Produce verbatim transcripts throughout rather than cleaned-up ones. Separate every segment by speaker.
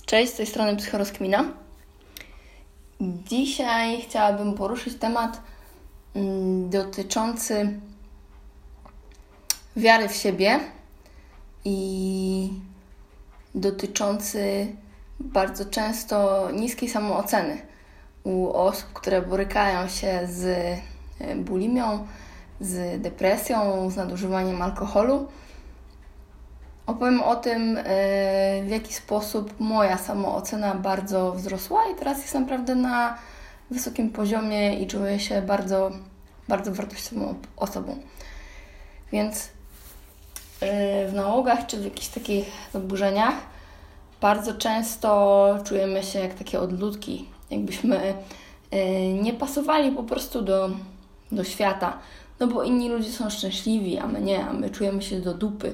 Speaker 1: Cześć, z tej strony Psychorozkmina. Dzisiaj chciałabym poruszyć temat mm, dotyczący wiary w siebie i dotyczący bardzo często niskiej samooceny u osób, które borykają się z bulimią, z depresją, z nadużywaniem alkoholu. Opowiem o tym, w jaki sposób moja samoocena bardzo wzrosła i teraz jest naprawdę na wysokim poziomie i czuję się bardzo, bardzo wartościową osobą. Więc w nałogach czy w jakichś takich zaburzeniach bardzo często czujemy się jak takie odludki, jakbyśmy nie pasowali po prostu do, do świata, no bo inni ludzie są szczęśliwi, a my nie, a my czujemy się do dupy.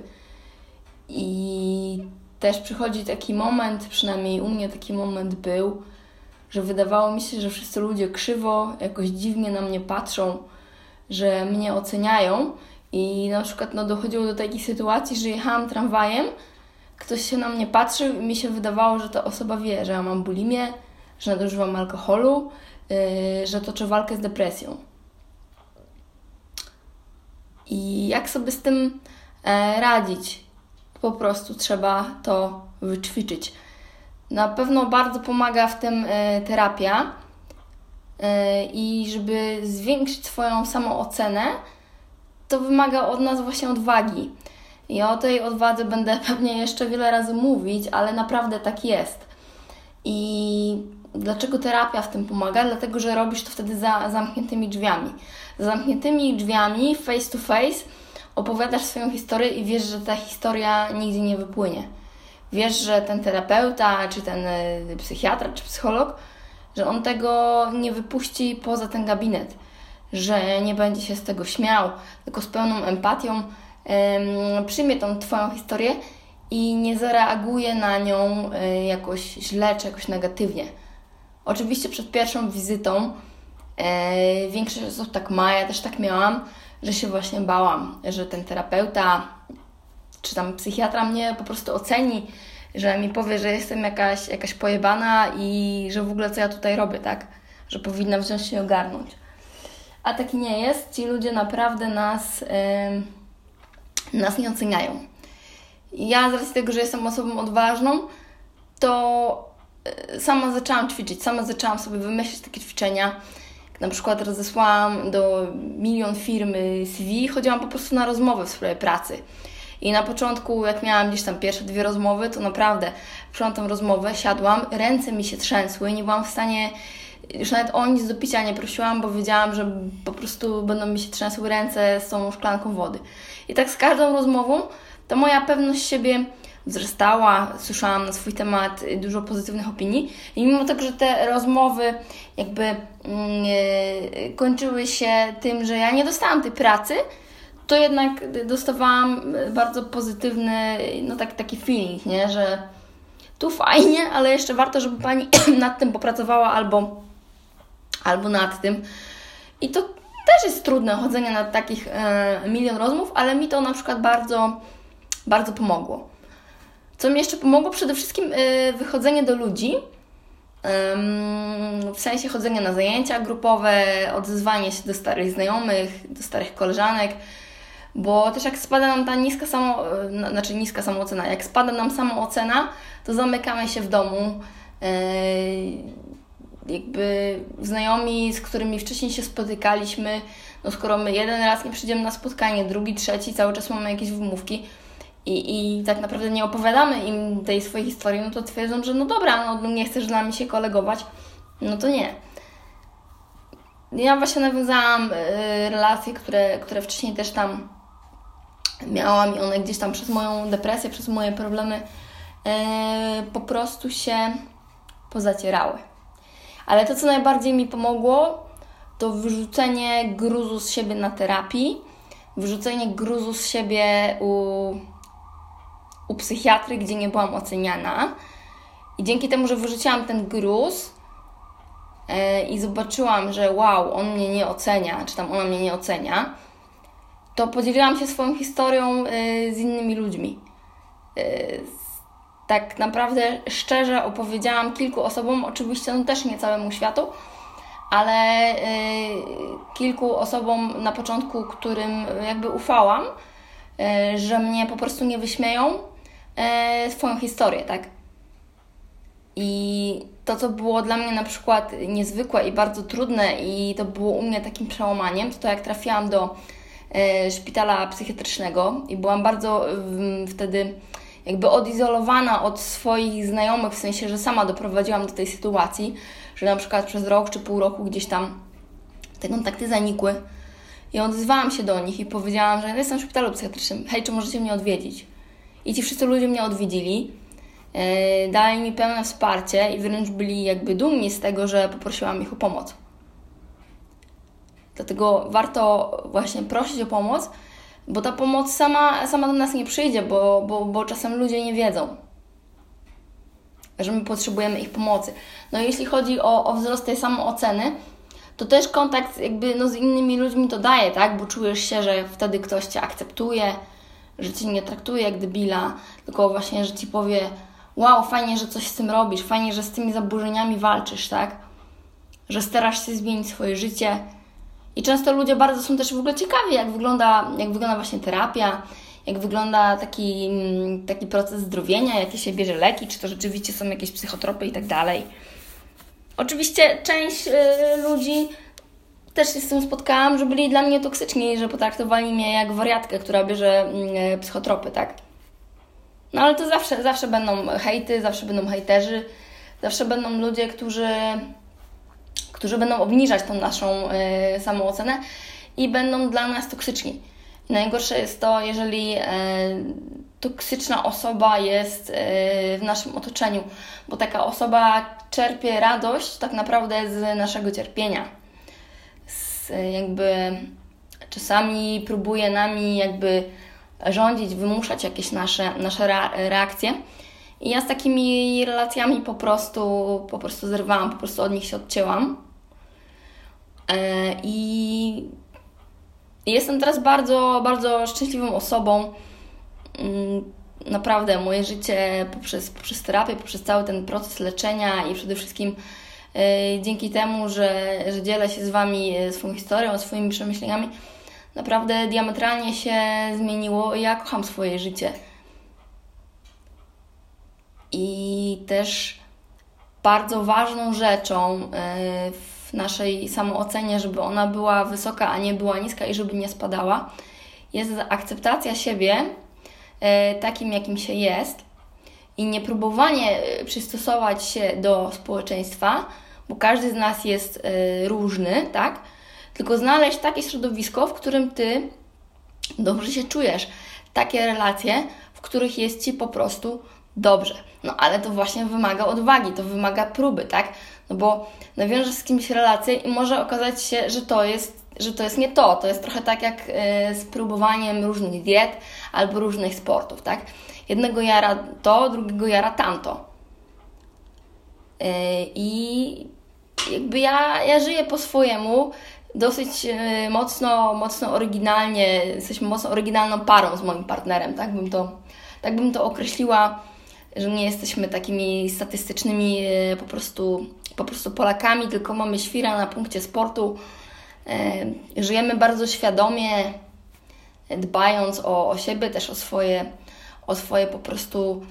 Speaker 1: I też przychodzi taki moment, przynajmniej u mnie taki moment był, że wydawało mi się, że wszyscy ludzie krzywo, jakoś dziwnie na mnie patrzą, że mnie oceniają i na przykład no, dochodziło do takiej sytuacji, że jechałam tramwajem, ktoś się na mnie patrzył i mi się wydawało, że ta osoba wie, że ja mam bulimię, że nadużywam alkoholu, yy, że toczę walkę z depresją. I jak sobie z tym e, radzić? Po prostu trzeba to wyćwiczyć. Na pewno bardzo pomaga w tym e, terapia e, i żeby zwiększyć swoją samoocenę, to wymaga od nas właśnie odwagi. I o tej odwadze będę pewnie jeszcze wiele razy mówić, ale naprawdę tak jest. I dlaczego terapia w tym pomaga? Dlatego, że robisz to wtedy za zamkniętymi drzwiami. Za zamkniętymi drzwiami, face to face, opowiadasz swoją historię i wiesz, że ta historia nigdzie nie wypłynie. Wiesz, że ten terapeuta, czy ten psychiatra, czy psycholog, że on tego nie wypuści poza ten gabinet, że nie będzie się z tego śmiał, tylko z pełną empatią um, przyjmie tą Twoją historię i nie zareaguje na nią y, jakoś źle, czy jakoś negatywnie. Oczywiście przed pierwszą wizytą y, większość osób tak ma, ja też tak miałam, że się właśnie bałam, że ten terapeuta czy tam psychiatra mnie po prostu oceni, że mi powie, że jestem jakaś, jakaś pojebana i że w ogóle co ja tutaj robię, tak? Że powinna wziąć się ogarnąć. A tak nie jest. Ci ludzie naprawdę nas, yy, nas nie oceniają. Ja z racji tego, że jestem osobą odważną, to sama zaczęłam ćwiczyć, sama zaczęłam sobie wymyślać takie ćwiczenia. Na przykład rozesłałam do milion firm C V, chodziłam po prostu na rozmowy w sprawie pracy. I na początku, jak miałam gdzieś tam pierwsze dwie rozmowy, to naprawdę przyszłam tą rozmowę, siadłam, ręce mi się trzęsły, nie byłam w stanie, już nawet o nic do picia nie prosiłam, bo wiedziałam, że po prostu będą mi się trzęsły ręce z tą szklanką wody. I tak z każdą rozmową to moja pewność siebie wzrastała, słyszałam na swój temat dużo pozytywnych opinii i mimo tego, że te rozmowy jakby yy, kończyły się tym, że ja nie dostałam tej pracy, to jednak dostawałam bardzo pozytywny, no tak, taki feeling, nie, że tu fajnie, ale jeszcze warto, żeby Pani nad tym popracowała albo, albo nad tym. I to też jest trudne, chodzenie na takich yy, milion rozmów, ale mi to na przykład bardzo, bardzo pomogło. Co mi jeszcze pomogło? Przede wszystkim yy, wychodzenie do ludzi, yy, w sensie chodzenia na zajęcia grupowe, odzywanie się do starych znajomych, do starych koleżanek, bo też jak spada nam ta niska samo, yy, znaczy niska samoocena, jak spada nam samoocena, to zamykamy się w domu, yy, jakby znajomi, z którymi wcześniej się spotykaliśmy, no skoro my jeden raz nie przyjdziemy na spotkanie, drugi, trzeci, cały czas mamy jakieś wymówki, I, i tak naprawdę nie opowiadamy im tej swojej historii, no to twierdzą, że no dobra, no nie chcesz z nami się kolegować, no to nie. Ja właśnie nawiązałam y, relacje, które, które wcześniej też tam miałam i one gdzieś tam przez moją depresję, przez moje problemy y, po prostu się pozacierały. Ale to, co najbardziej mi pomogło, to wyrzucenie gruzu z siebie na terapii, wyrzucenie gruzu z siebie u u psychiatry, gdzie nie byłam oceniana. I dzięki temu, że wyrzuciłam ten gruz yy, i zobaczyłam, że wow, on mnie nie ocenia, czy tam ona mnie nie ocenia, to podzieliłam się swoją historią yy, z innymi ludźmi. Yy, tak naprawdę szczerze opowiedziałam kilku osobom, oczywiście no też nie całemu światu, ale y, kilku osobom na początku, którym jakby ufałam, y, że mnie po prostu nie wyśmieją, y, swoją historię, tak? I to, co było dla mnie na przykład niezwykłe i bardzo trudne i to było u mnie takim przełamaniem, to to jak trafiłam do y, szpitala psychiatrycznego i byłam bardzo y, wtedy jakby odizolowana od swoich znajomych, w sensie, że sama doprowadziłam do tej sytuacji, że na przykład przez rok czy pół roku gdzieś tam te kontakty zanikły i odezwałam się do nich i powiedziałam, że jestem w szpitalu psychiatrycznym, hej, czy możecie mnie odwiedzić? I ci wszyscy ludzie mnie odwiedzili, yy, dali mi pełne wsparcie i wręcz byli jakby dumni z tego, że poprosiłam ich o pomoc. Dlatego warto właśnie prosić o pomoc, bo ta pomoc sama, sama do nas nie przyjdzie, bo, bo, bo czasem ludzie nie wiedzą, że my potrzebujemy ich pomocy. No i jeśli chodzi o, o wzrost tej samooceny, to też kontakt jakby no z innymi ludźmi to daje, tak? Bo czujesz się, że wtedy ktoś Cię akceptuje, że Cię nie traktuje jak debila, tylko właśnie, że Ci powie wow, fajnie, że coś z tym robisz, fajnie, że z tymi zaburzeniami walczysz, tak? Że starasz się zmienić swoje życie. I często ludzie bardzo są też w ogóle ciekawi, jak wygląda, jak wygląda właśnie terapia, jak wygląda taki, taki proces zdrowienia, jakie się bierze leki, czy to rzeczywiście są jakieś psychotropy i tak dalej. Oczywiście część y, ludzi też się z tym spotkałam, że byli dla mnie toksyczni, że potraktowali mnie jak wariatkę, która bierze y, psychotropy, tak? No ale to zawsze, zawsze będą hejty, zawsze będą hejterzy, zawsze będą ludzie, którzy... którzy będą obniżać tą naszą y, samoocenę i będą dla nas toksyczni. I najgorsze jest to, jeżeli y, toksyczna osoba jest y, w naszym otoczeniu, bo taka osoba czerpie radość tak naprawdę z naszego cierpienia. Z, jakby czasami próbuje nami jakby rządzić, wymuszać jakieś nasze, nasze reakcje. I ja z takimi relacjami po prostu, po prostu zerwałam, po prostu od nich się odcięłam. I jestem teraz bardzo, bardzo szczęśliwą osobą. Naprawdę moje życie poprzez, poprzez terapię, poprzez cały ten proces leczenia i przede wszystkim dzięki temu, że, że dzielę się z Wami swoją historią, swoimi przemyśleniami, naprawdę diametralnie się zmieniło. Ja kocham swoje życie. I też bardzo ważną rzeczą w naszej samoocenie, żeby ona była wysoka, a nie była niska i żeby nie spadała, jest akceptacja siebie takim, jakim się jest i nie próbowanie przystosować się do społeczeństwa, bo każdy z nas jest różny, tak? Tylko znaleźć takie środowisko, w którym Ty dobrze się czujesz, takie relacje, w których jest Ci po prostu dobrze. No ale to właśnie wymaga odwagi, to wymaga próby, tak? No bo nawiążesz z kimś relację i może okazać się, że to jest, że to jest nie to. To jest trochę tak jak yy, z próbowaniem różnych diet albo różnych sportów, tak? Jednego jara to, drugiego jara tamto. Yy, I jakby ja, ja żyję po swojemu, dosyć yy, mocno, mocno oryginalnie, jesteśmy mocno oryginalną parą z moim partnerem, tak bym to, tak bym to określiła, że nie jesteśmy takimi statystycznymi po prostu, po prostu Polakami, tylko mamy świra na punkcie sportu. Żyjemy bardzo świadomie, dbając o, o siebie, też o swoje, o swoje po prostu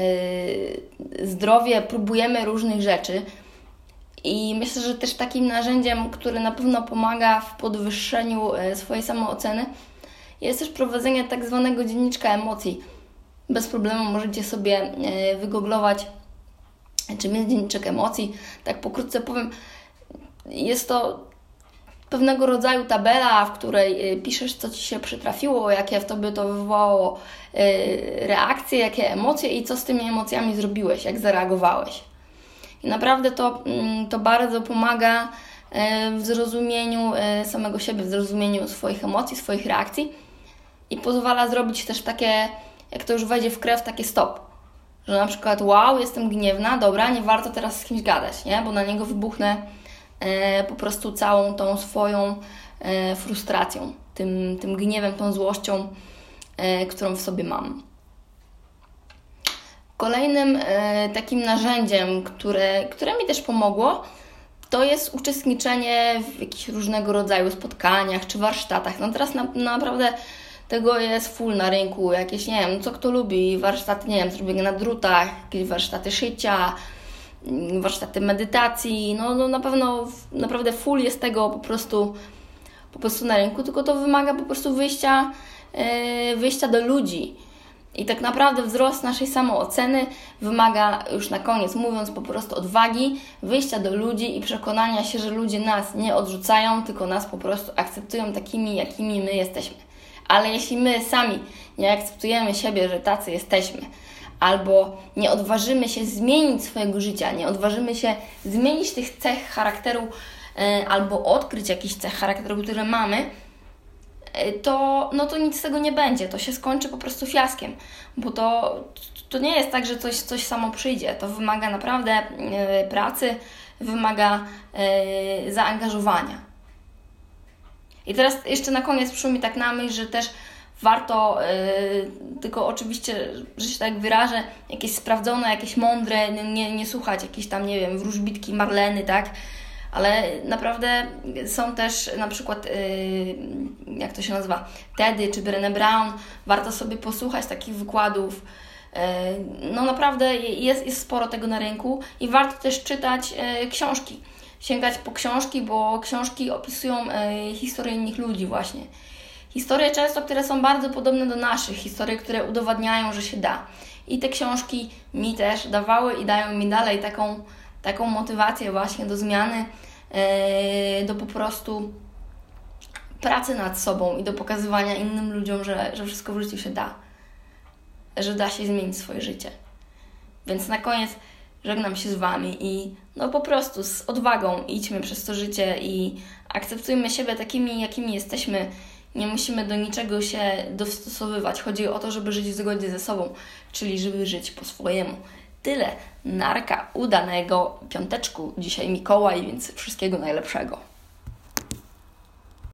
Speaker 1: zdrowie. Próbujemy różnych rzeczy i myślę, że też takim narzędziem, które na pewno pomaga w podwyższeniu swojej samooceny, jest też prowadzenie tak zwanego dzienniczka emocji. Bez problemu możecie sobie wygooglować, czym jest dzienniczek emocji. Tak pokrótce powiem, jest to pewnego rodzaju tabela, w której piszesz, co Ci się przytrafiło, jakie w Tobie to wywołało reakcje, jakie emocje i co z tymi emocjami zrobiłeś, jak zareagowałeś. I naprawdę to, to bardzo pomaga w zrozumieniu samego siebie, w zrozumieniu swoich emocji, swoich reakcji i pozwala zrobić też takie, jak to już wejdzie w krew, takie stop. Że na przykład wow, jestem gniewna, dobra, nie warto teraz z kimś gadać, nie? Bo na niego wybuchnę e, po prostu całą tą swoją e, frustracją, tym, tym gniewem, tą złością, e, którą w sobie mam. Kolejnym e, takim narzędziem, które, które mi też pomogło, to jest uczestniczenie w jakichś różnego rodzaju spotkaniach czy warsztatach. No teraz na, naprawdę tego jest full na rynku, jakieś, nie wiem, co kto lubi, warsztaty, nie wiem, zrobienia na drutach, jakieś warsztaty szycia, warsztaty medytacji, no, no na pewno, naprawdę full jest tego po prostu, po prostu na rynku, tylko to wymaga po prostu wyjścia, yy, wyjścia do ludzi. I tak naprawdę wzrost naszej samooceny wymaga, już na koniec mówiąc, po prostu odwagi, wyjścia do ludzi i przekonania się, że ludzie nas nie odrzucają, tylko nas po prostu akceptują takimi, jakimi my jesteśmy. Ale jeśli my sami nie akceptujemy siebie, że tacy jesteśmy, albo nie odważymy się zmienić swojego życia, nie odważymy się zmienić tych cech charakteru, yy, albo odkryć jakiś cech charakteru, które mamy, to, no to nic z tego nie będzie. To się skończy po prostu fiaskiem, bo to, to nie jest tak, że coś, coś samo przyjdzie. To wymaga naprawdę yy, pracy, wymaga yy, zaangażowania. I teraz jeszcze na koniec przyszło mi tak na myśl, że też warto, yy, tylko oczywiście, że się tak wyrażę, jakieś sprawdzone, jakieś mądre, nie, nie słuchać jakieś tam, nie wiem, wróżbitki Marleny, tak? Ale naprawdę są też na przykład, yy, jak to się nazywa, Tedy czy Brené Brown, warto sobie posłuchać takich wykładów. Yy, no naprawdę jest, jest sporo tego na rynku i warto też czytać yy, książki, sięgać po książki, bo książki opisują yy, historię innych ludzi właśnie. Historie często, które są bardzo podobne do naszych, historie, które udowadniają, że się da. I te książki mi też dawały i dają mi dalej taką taką motywację właśnie do zmiany, yy, do po prostu pracy nad sobą i do pokazywania innym ludziom, że, że wszystko w życiu się da, że da się zmienić swoje życie. Więc na koniec żegnam się z Wami i no po prostu z odwagą idźmy przez to życie i akceptujmy siebie takimi, jakimi jesteśmy. Nie musimy do niczego się dostosowywać. Chodzi o to, żeby żyć w zgodzie ze sobą, czyli żeby żyć po swojemu. Tyle. Narka, udanego piąteczku. Dzisiaj Mikołaj, więc wszystkiego najlepszego.